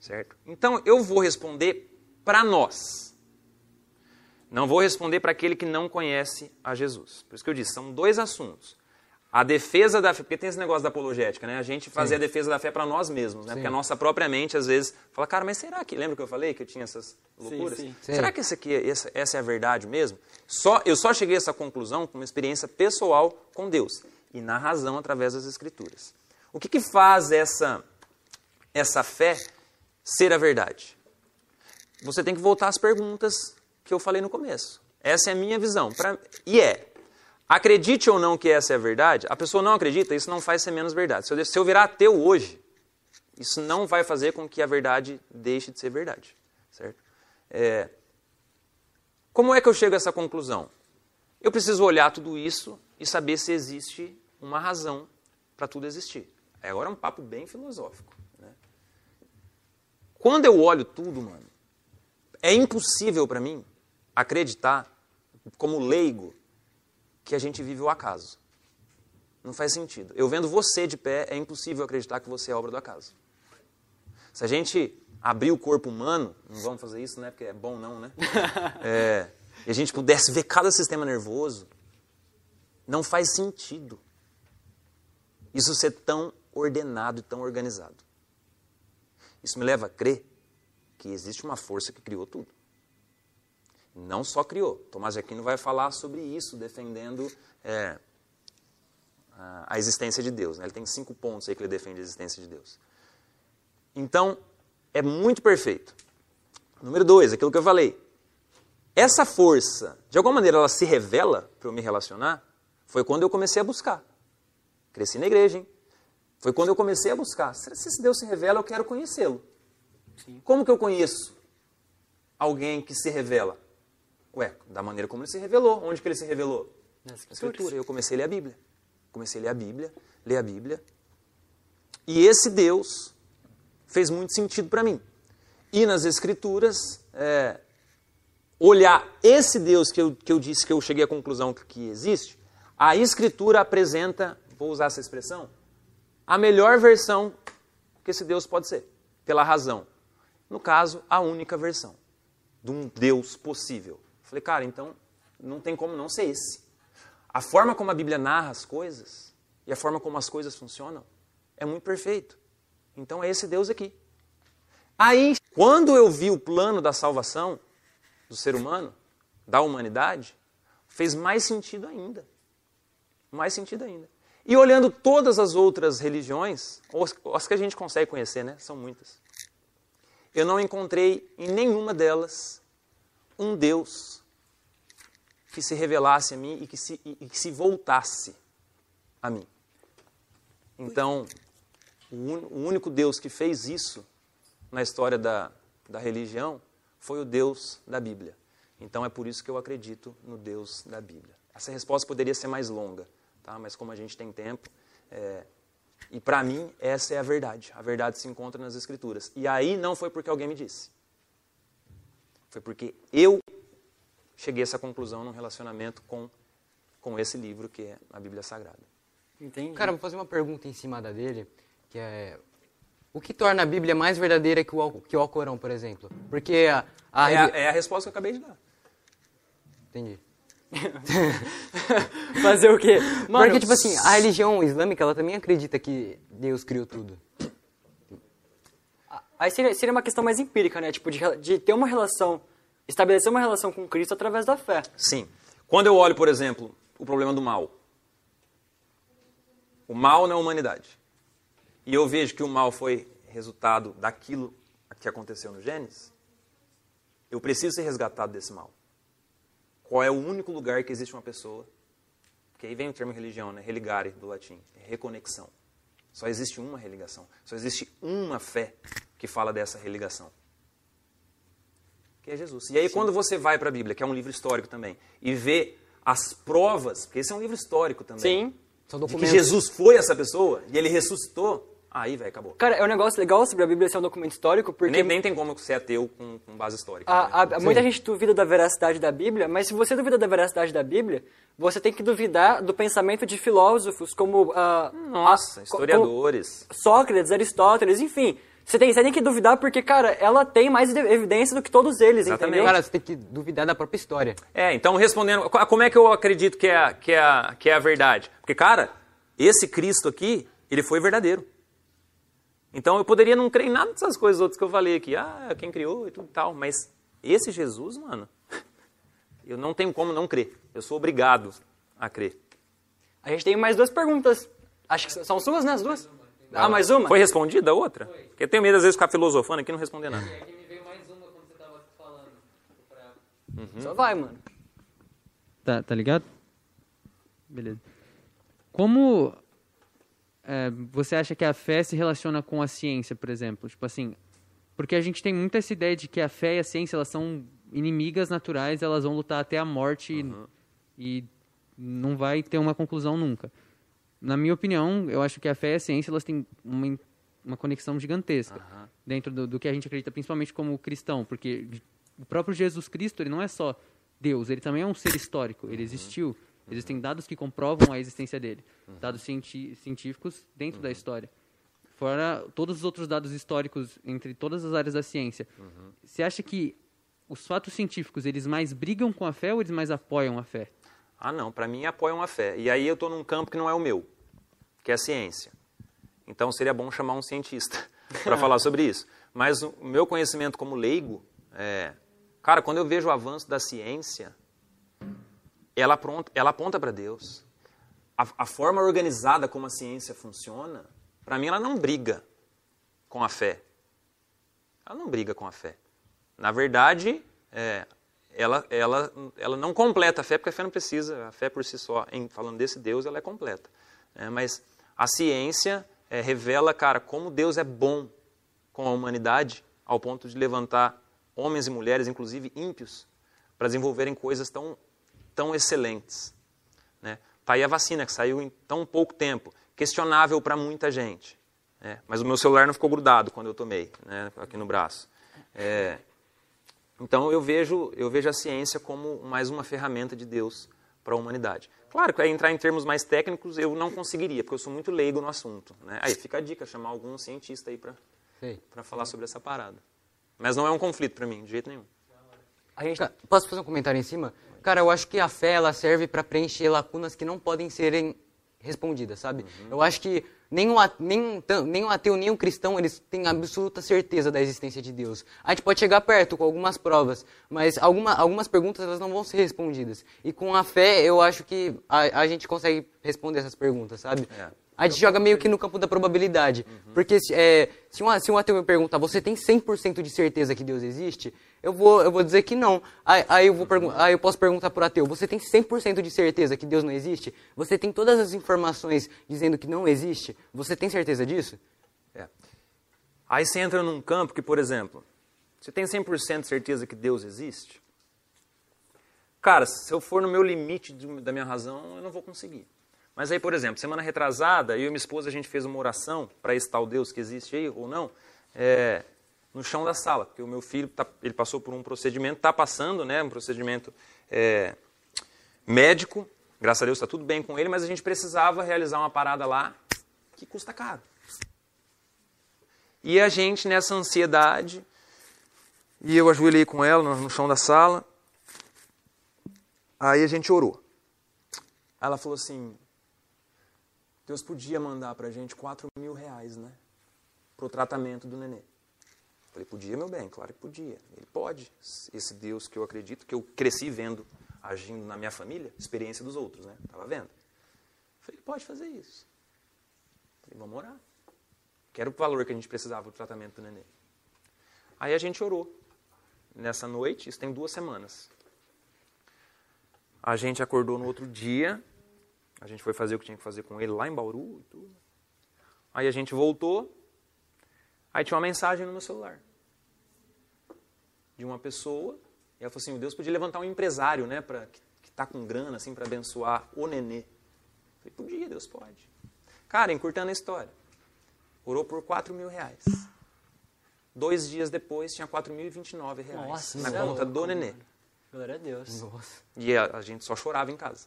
certo? Então, eu vou responder para nós. Não vou responder para aquele que não conhece a Jesus. Por isso que eu disse, são dois assuntos. A defesa da fé, porque tem esse negócio da apologética, né? A gente fazer a defesa da fé para nós mesmos, né? Porque a nossa própria mente, às vezes, fala, cara, mas será que... Lembra que eu falei que eu tinha essas loucuras? Sim. Será que essa é a verdade mesmo? Eu só cheguei a essa conclusão com uma experiência pessoal com Deus. E na razão, através das Escrituras. O que faz essa fé ser a verdade? Você tem que voltar às perguntas que eu falei no começo. Essa é a minha visão. Acredite ou não que essa é a verdade, a pessoa não acredita, isso não faz ser menos verdade. Se eu virar ateu hoje, isso não vai fazer com que a verdade deixe de ser verdade. Certo? Como é que eu chego a essa conclusão? Eu preciso olhar tudo isso e saber se existe uma razão para tudo existir. Agora é um papo bem filosófico. Né? Quando eu olho tudo, mano, é impossível para mim acreditar, como leigo, que a gente vive o acaso. Não faz sentido. Eu vendo você de pé, é impossível acreditar que você é obra do acaso. Se a gente abrir o corpo humano, não vamos fazer isso, né? Porque é bom não, né? E a gente pudesse ver cada sistema nervoso, não faz sentido isso ser tão ordenado e tão organizado. Isso me leva a crer que existe uma força que criou tudo. Não só criou. Tomás de Aquino vai falar sobre isso, defendendo a existência de Deus. Né? Ele tem 5 pontos aí que ele defende a existência de Deus. Então, é muito perfeito. Número 2, aquilo que eu falei. Essa força, de alguma maneira, ela se revela para eu me relacionar, foi quando eu comecei a buscar. Cresci na igreja, hein? Foi quando eu comecei a buscar. Se esse Deus se revela, eu quero conhecê-lo. Como que eu conheço alguém que se revela? Da maneira como ele se revelou. Onde que ele se revelou? Na Escritura. Eu comecei a ler a Bíblia. Ler a Bíblia. E esse Deus fez muito sentido para mim. E nas Escrituras, olhar esse Deus que eu disse que eu cheguei à conclusão que existe, a Escritura apresenta, vou usar essa expressão, a melhor versão que esse Deus pode ser, pela razão. No caso, a única versão de um Deus possível. Falei, cara, então não tem como não ser esse. A forma como a Bíblia narra as coisas e a forma como as coisas funcionam é muito perfeito. Então é esse Deus aqui. Aí, quando eu vi o plano da salvação do ser humano, da humanidade, fez mais sentido ainda. Mais sentido ainda. E olhando todas as outras religiões, as que a gente consegue conhecer, né? São muitas. Eu não encontrei em nenhuma delas um Deus que se revelasse a mim e que se voltasse a mim. Então, o único Deus que fez isso na história da religião foi o Deus da Bíblia. Então é por isso que eu acredito no Deus da Bíblia. Essa resposta poderia ser mais longa, tá? Mas como a gente tem tempo... E para mim, essa é a verdade. A verdade se encontra nas Escrituras. E aí não foi porque alguém me disse. Foi porque eu cheguei a essa conclusão num relacionamento com esse livro que é a Bíblia Sagrada. Entendi. Cara, vou fazer uma pergunta em cima da dele, que é... O que torna a Bíblia mais verdadeira que o Alcorão, por exemplo? Porque É a resposta que eu acabei de dar. Entendi. Fazer o quê? Mano, Porque, tipo assim, a religião islâmica, ela também acredita que Deus criou tudo. aí seria uma questão mais empírica, né? Tipo, de ter uma relação, estabelecer uma relação com Cristo através da fé. Sim. Quando eu olho, por exemplo, o problema do mal. O mal na humanidade. E eu vejo que o mal foi resultado daquilo que aconteceu no Gênesis, eu preciso ser resgatado desse mal. Qual é o único lugar que existe uma pessoa? Porque aí vem o termo religião, né? Religare, do latim. É reconexão. Só existe uma religação. Só existe uma fé que fala dessa religação. Que é Jesus. E aí quando você vai para a Bíblia, que é um livro histórico também, e vê as provas, porque esse é um livro histórico também. Sim. São De que documentos. Jesus foi essa pessoa e ele ressuscitou, aí, velho, acabou. Cara, é um negócio legal sobre a Bíblia ser um documento histórico, porque Nem tem como ser ateu com base histórica. né? muita gente duvida da veracidade da Bíblia, mas se você duvida da veracidade da Bíblia, você tem que duvidar do pensamento de filósofos como... Nossa, historiadores. Sócrates, Aristóteles, enfim. Você tem que duvidar porque, cara, ela tem mais evidência do que todos eles, Exatamente. entendeu? Cara, você tem que duvidar da própria história. Então respondendo, como é que eu acredito que é a verdade? Porque, cara, esse Cristo aqui, ele foi verdadeiro. Então eu poderia não crer em nada dessas coisas outras que eu falei aqui. Quem criou e tudo e tal. Mas esse Jesus, mano, eu não tenho como não crer. Eu sou obrigado a crer. A gente tem mais 2 perguntas. Acho que são suas, né, as 2? Mais uma? Foi respondida a outra? Porque eu tenho medo, às vezes, de ficar filosofando aqui e não responder nada. É que me veio mais uma quando você tava falando. Só vai, mano. Tá ligado? Beleza. Como você acha que a fé se relaciona com a ciência, por exemplo? Tipo assim, porque a gente tem muito essa ideia de que a fé e a ciência, elas são inimigas naturais, elas vão lutar até a morte e não vai ter uma conclusão nunca. Na minha opinião, eu acho que a fé e a ciência, elas têm uma conexão gigantesca dentro do que a gente acredita, principalmente como cristão, porque o próprio Jesus Cristo, ele não é só Deus, ele também é um ser histórico, ele existiu. Existem dados que comprovam a existência dele, dados científicos dentro da história. Fora todos os outros dados históricos entre todas as áreas da ciência. Você acha que os fatos científicos, eles mais brigam com a fé ou eles mais apoiam a fé? Não, para mim apoiam a fé. E aí eu estou num campo que não é o meu, que é a ciência. Então seria bom chamar um cientista para falar sobre isso. Mas o meu conhecimento como leigo cara, quando eu vejo o avanço da ciência, ela aponta para Deus. A forma organizada como a ciência funciona, para mim ela não briga com a fé. Ela não briga com a fé. Na verdade, ela não completa a fé, porque a fé não precisa, a fé por si só, falando desse Deus, ela é completa. Mas a ciência revela, cara, como Deus é bom com a humanidade, ao ponto de levantar homens e mulheres, inclusive ímpios, para desenvolverem coisas tão excelentes. Tá aí a vacina, que saiu em tão pouco tempo, questionável para muita gente. Mas o meu celular não ficou grudado quando eu tomei, aqui no braço. Então eu vejo a ciência como mais uma ferramenta de Deus para a humanidade. Claro que entrar em termos mais técnicos eu não conseguiria, porque eu sou muito leigo no assunto. Aí fica a dica, chamar algum cientista aí para falar sobre essa parada. Mas não é um conflito para mim, de jeito nenhum. Posso fazer um comentário em cima? Cara, eu acho que a fé, ela serve para preencher lacunas que não podem serem respondidas, sabe? Eu acho que nem um ateu, nem um cristão, eles têm absoluta certeza da existência de Deus. A gente pode chegar perto com algumas provas, mas algumas perguntas elas não vão ser respondidas. E com a fé, eu acho que a gente consegue responder essas perguntas, sabe? A gente joga meio que no campo da probabilidade. Porque se um ateu me perguntar, você tem 100% de certeza que Deus existe? Eu vou dizer que não. Aí eu posso perguntar para o ateu, você tem 100% de certeza que Deus não existe? Você tem todas as informações dizendo que não existe? Você tem certeza disso? Aí você entra num campo que, por exemplo, você tem 100% de certeza que Deus existe? Cara, se eu for no meu limite da minha razão, eu não vou conseguir. Mas aí, por exemplo, semana retrasada, eu e minha esposa, a gente fez uma oração para esse tal Deus que existe aí, ou não, no chão da sala, porque o meu filho, ele passou por um procedimento, está passando, um procedimento médico, graças a Deus está tudo bem com ele, mas a gente precisava realizar uma parada lá que custa caro. E a gente, nessa ansiedade, e eu ajoelhei com ela no chão da sala, aí a gente orou. Aí ela falou assim, Deus podia mandar pra gente R$4.000, né? Pro tratamento do nenê. Eu falei, podia, meu bem? Claro que podia. Ele pode. Esse Deus que eu acredito, que eu cresci vendo, agindo na minha família, experiência dos outros, né? Estava vendo. Eu falei, ele pode fazer isso. Eu falei, vamos orar. Que era o valor que a gente precisava do tratamento do nenê. Aí a gente orou. Nessa noite, isso tem 2 semanas. A gente acordou no outro dia, a gente foi fazer o que tinha que fazer com ele lá em Bauru e tudo. Aí a gente voltou, aí tinha uma mensagem no meu celular. De uma pessoa, e ela falou assim, Deus podia levantar um empresário, né, que está com grana, assim, para abençoar o nenê. Eu falei, podia, Deus pode. Cara, encurtando a história, orou por R$4.000. 2 dias depois, tinha R$4.029 na conta do nenê. Glória a Deus. Nossa. E a gente só chorava em casa.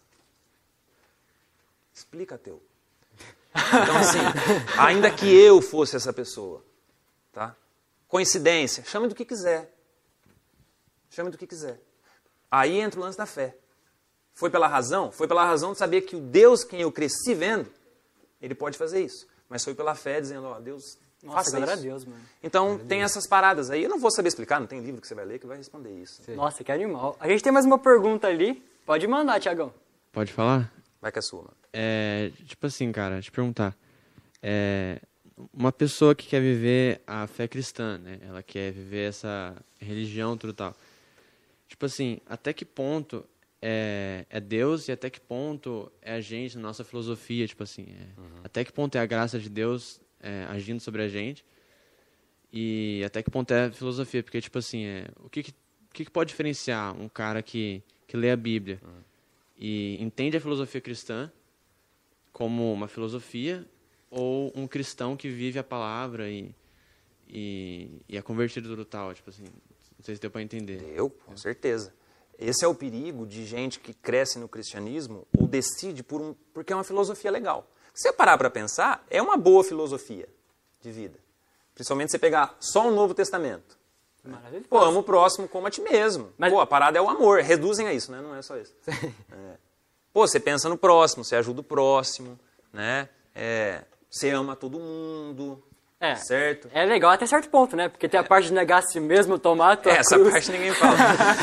Explica, teu. Então, assim, ainda que eu fosse essa pessoa, Tá? Coincidência, chame do que quiser. Chame do que quiser. Aí entra o lance da fé. Foi pela razão? Foi pela razão de saber que o Deus quem eu cresci vendo, ele pode fazer isso. Mas foi pela fé dizendo, ó, Deus, Nossa, faça glória a isso. Deus, mano. Então, tem essas paradas aí. Eu não vou saber explicar, não tem livro que você vai ler que vai responder isso. Nossa, que animal. A gente tem mais uma pergunta ali. Pode mandar, Tiagão. Pode falar? Vai que é sua, mano. Tipo assim, cara, te perguntar. Uma pessoa que quer viver a fé cristã, né? Ela quer viver essa religião, tudo tal. Tipo assim, até que ponto é Deus e até que ponto é a gente, nossa filosofia, tipo assim. Até que ponto é a graça de Deus agindo sobre a gente e até que ponto é a filosofia. Porque, tipo assim, o que pode diferenciar um cara que lê a Bíblia e entende a filosofia cristã como uma filosofia ou um cristão que vive a palavra e é convertido do tal, tipo assim, não sei se deu para entender. Deu, com certeza. Esse é o perigo de gente que cresce no cristianismo ou decide porque é uma filosofia legal. Se você parar para pensar, é uma boa filosofia de vida. Principalmente se você pegar só o Novo Testamento. Maravilhoso. Pô, ama o próximo como a ti mesmo. Mas- Pô, a parada é o amor. Reduzem a isso, né? Não é só isso. Pô, você pensa no próximo, você ajuda o próximo, né? Você ama todo mundo, certo? É legal até certo ponto, né? Porque tem a parte de negar a si mesmo, tomar a tua Essa cruz. parte ninguém fala.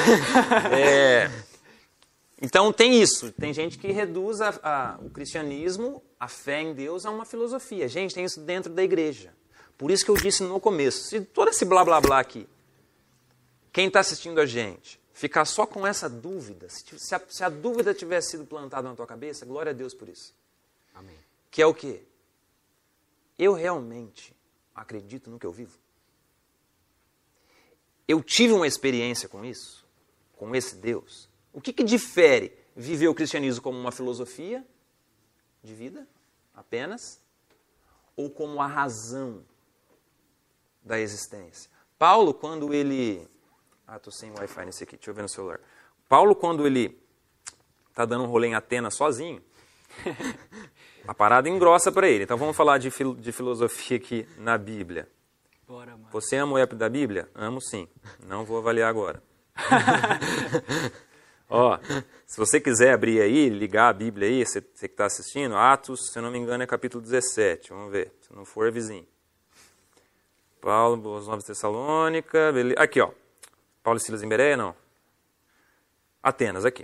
Então tem isso. Tem gente que reduz o cristianismo, a fé em Deus, a uma filosofia. Gente, tem isso dentro da igreja. Por isso que eu disse no começo, se todo esse blá blá blá aqui, quem está assistindo a gente, ficar só com essa dúvida, se a dúvida tivesse sido plantada na tua cabeça, glória a Deus por isso. Amém. Que é o quê? Eu realmente acredito no que eu vivo? Eu tive uma experiência com isso? Com esse Deus? O que difere viver o cristianismo como uma filosofia de vida, apenas, ou como a razão da existência? Paulo, quando ele... tô sem Wi-Fi nesse aqui, deixa eu ver no celular. Paulo, quando ele tá dando um rolê em Atenas sozinho, a parada engrossa para ele. Então vamos falar de filosofia aqui na Bíblia. Bora, mano. Você ama o app da Bíblia? Amo sim. Não vou avaliar agora. Ó, se você quiser abrir aí, ligar a Bíblia aí, você que está assistindo, Atos, se eu não me engano, é capítulo 17. Vamos ver. Se não for, é vizinho. Paulo, Boas Novas Tessalônica, beleza. Aqui, ó. Paulo e Silas em Bereia, não. Atenas, aqui.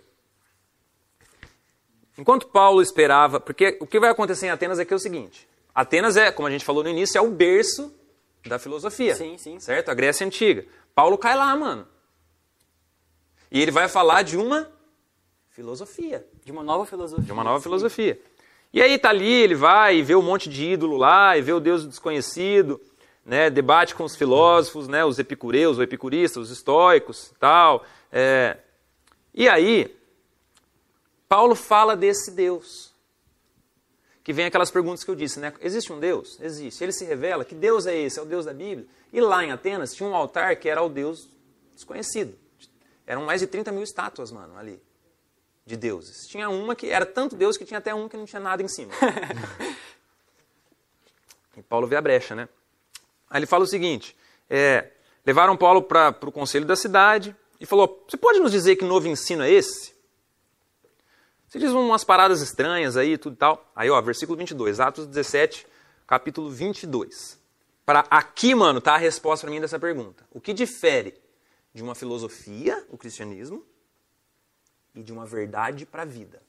Enquanto Paulo esperava, porque o que vai acontecer em Atenas é o seguinte, Atenas como a gente falou no início, é o berço da filosofia. Sim, sim. Certo? A Grécia Antiga. Paulo cai lá, mano. E ele vai falar de uma filosofia. De uma nova filosofia. De uma nova filosofia. E aí tá ali, ele vai e vê um monte de ídolo lá, e vê o Deus desconhecido, né, debate com os filósofos, né, os epicureus, os epicuristas, os estoicos e tal. E aí, Paulo fala desse Deus. Que vem aquelas perguntas que eu disse, né? Existe um Deus? Existe. Ele se revela. Que Deus é esse? É o Deus da Bíblia. E lá em Atenas tinha um altar que era o Deus desconhecido. Eram mais de 30 mil estátuas, mano, ali. De deuses. Tinha uma que era tanto Deus que tinha até um que não tinha nada em cima. E Paulo vê a brecha, né? Aí ele fala o seguinte, levaram Paulo para o conselho da cidade e falou, você pode nos dizer que novo ensino é esse? Você diz umas paradas estranhas aí e tudo e tal. Aí, ó, versículo 22, Atos 17, capítulo 22. Aqui, mano, tá a resposta para mim dessa pergunta. O que difere de uma filosofia, o cristianismo, e de uma verdade para a vida?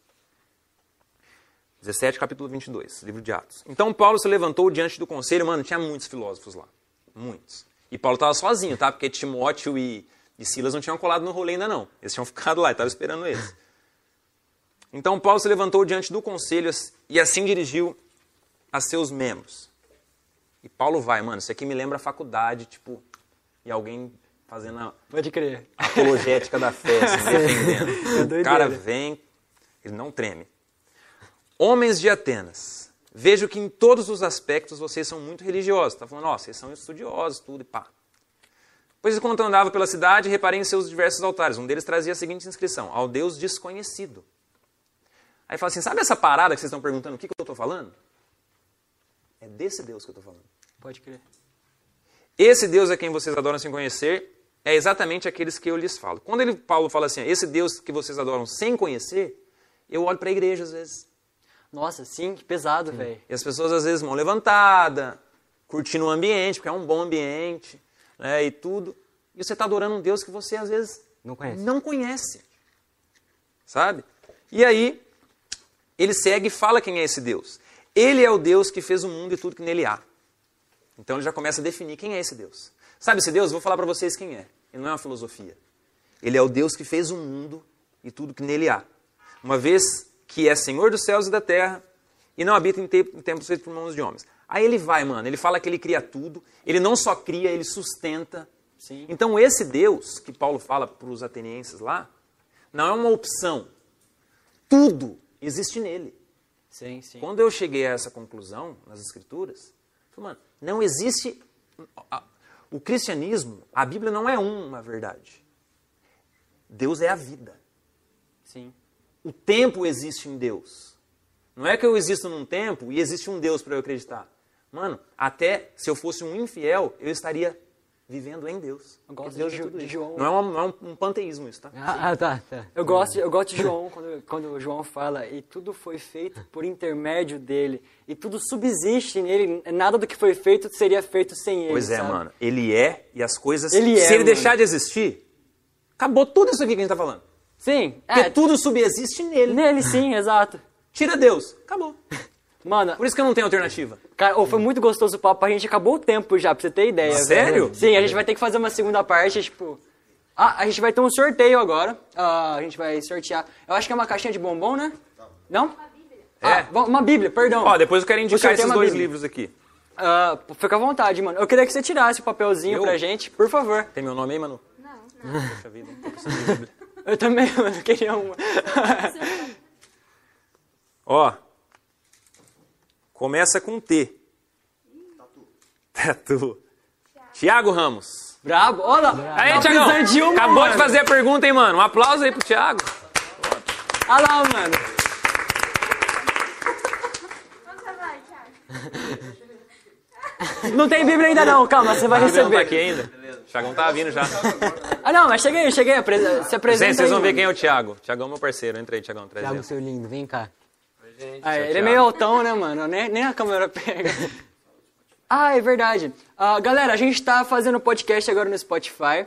17, capítulo 22, livro de Atos. Então Paulo se levantou diante do conselho, mano, tinha muitos filósofos lá, muitos. E Paulo estava sozinho, tá? Porque Timóteo e Silas não tinham colado no rolê ainda não. Eles tinham ficado lá, estavam esperando eles. Então Paulo se levantou diante do conselho e assim dirigiu a seus membros. E Paulo vai, mano, isso aqui me lembra a faculdade, tipo, e alguém fazendo Pode crer. a apologética da fé, se defendendo. É doideira. O cara vem, ele não treme. Homens de Atenas, vejo que em todos os aspectos vocês são muito religiosos. Está falando, ó, vocês são estudiosos, tudo e pá. Pois enquanto eu andava pela cidade, reparei em seus diversos altares. Um deles trazia a seguinte inscrição, ao Deus desconhecido. Aí fala assim, sabe essa parada que vocês estão perguntando, o que eu estou falando? É desse Deus que eu estou falando. Pode crer. esse Deus a quem vocês adoram sem conhecer é exatamente aqueles que eu lhes falo. Quando Paulo fala assim, esse Deus que vocês adoram sem conhecer, eu olho para a igreja às vezes. Nossa, sim, que pesado, velho. E as pessoas às vezes mão levantada, curtindo o ambiente, porque é um bom ambiente, né, e tudo. E você está adorando um Deus que você às vezes não conhece. Sabe? E aí, ele segue e fala quem é esse Deus. Ele é o Deus que fez o mundo e tudo que nele há. Então ele já começa a definir quem é esse Deus. Sabe esse Deus? Vou falar para vocês quem é. Ele não é uma filosofia. Ele é o Deus que fez o mundo e tudo que nele há. Uma vez que é Senhor dos céus e da terra e não habita em templos feitos por mãos de homens. Aí ele vai, mano. Ele fala que ele cria tudo. Ele não só cria, ele sustenta. Sim. Então esse Deus que Paulo fala para os atenienses lá, não é uma opção. Tudo existe nele. Sim, sim. Quando eu cheguei a essa conclusão nas Escrituras, eu falei, mano, não existe... O cristianismo, a Bíblia não é uma verdade. Deus é a vida. Sim. O tempo existe em Deus. Não é que eu existo num tempo e existe um Deus para eu acreditar. Mano, até se eu fosse um infiel, eu estaria vivendo em Deus. Eu gosto Deus de é tudo isso. João. Não é um panteísmo isso, tá? Tá. Eu gosto de João, quando o João fala, e tudo foi feito por intermédio dele, e tudo subsiste nele, nada do que foi feito seria feito sem ele. Pois é, sabe? mano. Ele é, e as coisas... Ele é, se ele mano. deixar de existir, acabou tudo isso aqui que a gente tá falando. Sim, Porque tudo subsiste nele. nele sim, exato. Tira Deus, acabou. Mano, Por isso que eu não tenho alternativa. cara, foi muito gostoso o papo, a gente acabou o tempo já, pra você ter ideia. Sério? velho. Sim, a gente vai ter que fazer uma segunda parte, tipo... a gente vai ter um sorteio agora, a gente vai sortear, eu acho que é uma caixinha de bombom, né? Não? É. Uma bíblia, perdão. Ó, depois eu quero indicar sorteio é esses uma dois Bíblia. livros aqui. Fica à vontade, mano. Eu queria que você tirasse o papelzinho Eu? pra gente, por favor. Tem meu nome aí, Manu? Não. Poxa vida, tô precisando de Bíblia. Eu também, mano, queria uma. Ó, começa com T. Tatu. Tiago Ramos. Brabo, olha. Aí, tá Tiagão, precisando de uma, acabou mano. de fazer a pergunta, hein, mano? Um aplauso aí pro Tiago. Olha lá, mano. Quanto vai, Thiago? Não tem Bíblia ainda não, calma, você vai O Tiagão tá receber. aqui ainda? O Tiagão tá vindo já. Ah, não, mas cheguei, se apresenta Gente, vocês vão aí, ver mano. quem é o Tiago. Tiagão é meu parceiro. Entra aí, Tiagão. Traz Thiago, ele. seu lindo, vem cá. Ele é meio altão, né, mano? Nem a câmera pega. Ah, é verdade. Galera, a gente tá fazendo podcast agora no Spotify.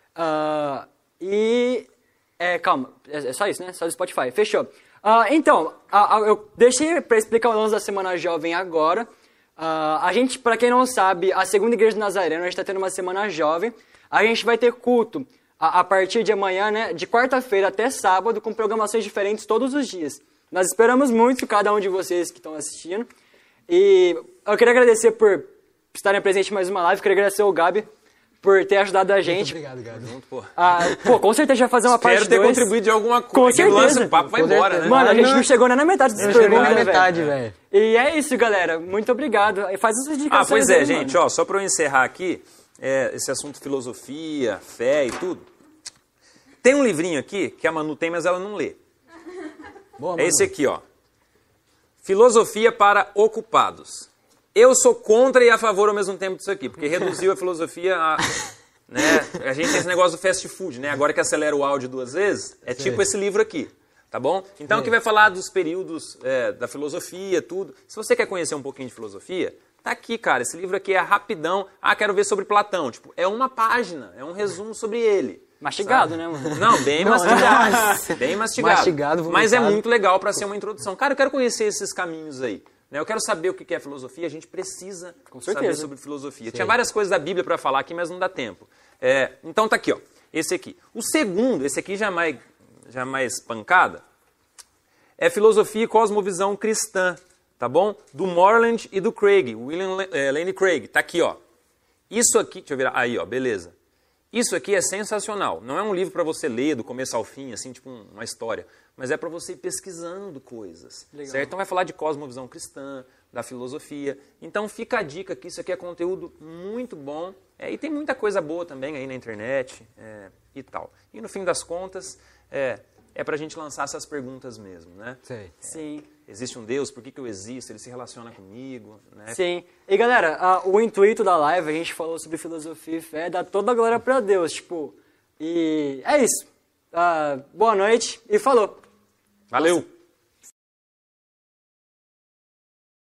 Calma, é só isso, né? Só do Spotify. Fechou. Então, eu deixei pra explicar o lance da Semana Jovem agora. A gente, pra quem não sabe, a Segunda Igreja do Nazareno, a gente tá tendo uma Semana Jovem. A gente vai ter culto a partir de amanhã, né? De quarta-feira até sábado, com programações diferentes todos os dias. Nós esperamos muito cada um de vocês que estão assistindo. E eu queria agradecer por estarem presentes em mais uma live. Queria agradecer ao Gabi por ter ajudado a gente. Obrigado, Gabi. Com certeza já vai fazer uma parte Espero ter 2. contribuído de alguma Com coisa. Que lance, certeza. o papo vai embora, né? Mano, a gente não chegou nem na metade dessa Chegou pergunta, na né, metade, velho? velho. E é isso, galera. Muito obrigado. E faz as suas indicações. Pois é, aí, gente. mano. Ó, só para eu encerrar aqui, esse assunto filosofia, fé e tudo. Tem um livrinho aqui que a Manu tem, mas ela não lê. Boa, É esse aqui, ó. Filosofia para ocupados. Eu sou contra e a favor ao mesmo tempo disso aqui, porque reduziu a filosofia a... Né? A gente tem esse negócio do fast food, né? Agora que acelera o áudio 2 vezes, é tipo esse livro aqui, tá bom? Então, que vai falar dos períodos da filosofia, tudo. Se você quer conhecer um pouquinho de filosofia, tá aqui, cara. Esse livro aqui é rapidão. Quero ver sobre Platão. Tipo, é uma página, é um resumo sobre ele. Mastigado, sabe? né, mano? Não, bem mastigado. Bem mastigado. Mastigado, Mas é vomitado. muito legal para ser uma introdução. Cara, eu quero conhecer esses caminhos aí. Né? Eu quero saber o que é filosofia. A gente precisa saber certeza. sobre filosofia. Tinha várias coisas da Bíblia para falar aqui, mas não dá tempo. Então tá aqui, ó. Esse aqui. O segundo, esse aqui já é mais pancada, é Filosofia e Cosmovisão Cristã, tá bom? Do Moreland e do Craig, William Lane Craig. Tá aqui, ó. Isso aqui, deixa eu virar, aí, ó, beleza. Isso aqui é sensacional. Não é um livro para você ler do começo ao fim, assim, tipo uma história. Mas é para você ir pesquisando coisas. Legal. Certo? Então vai falar de cosmovisão cristã, da filosofia. Então fica a dica que isso aqui é conteúdo muito bom. E tem muita coisa boa também aí na internet e tal. E no fim das contas, é pra gente lançar essas perguntas mesmo, né? Sei. Sim. Existe um Deus? Por que eu existo? Ele se relaciona comigo? Né? Sim. E galera, o intuito da live, a gente falou sobre filosofia e fé, é dar toda a glória pra Deus, tipo. E é isso. Boa noite e falou. Valeu!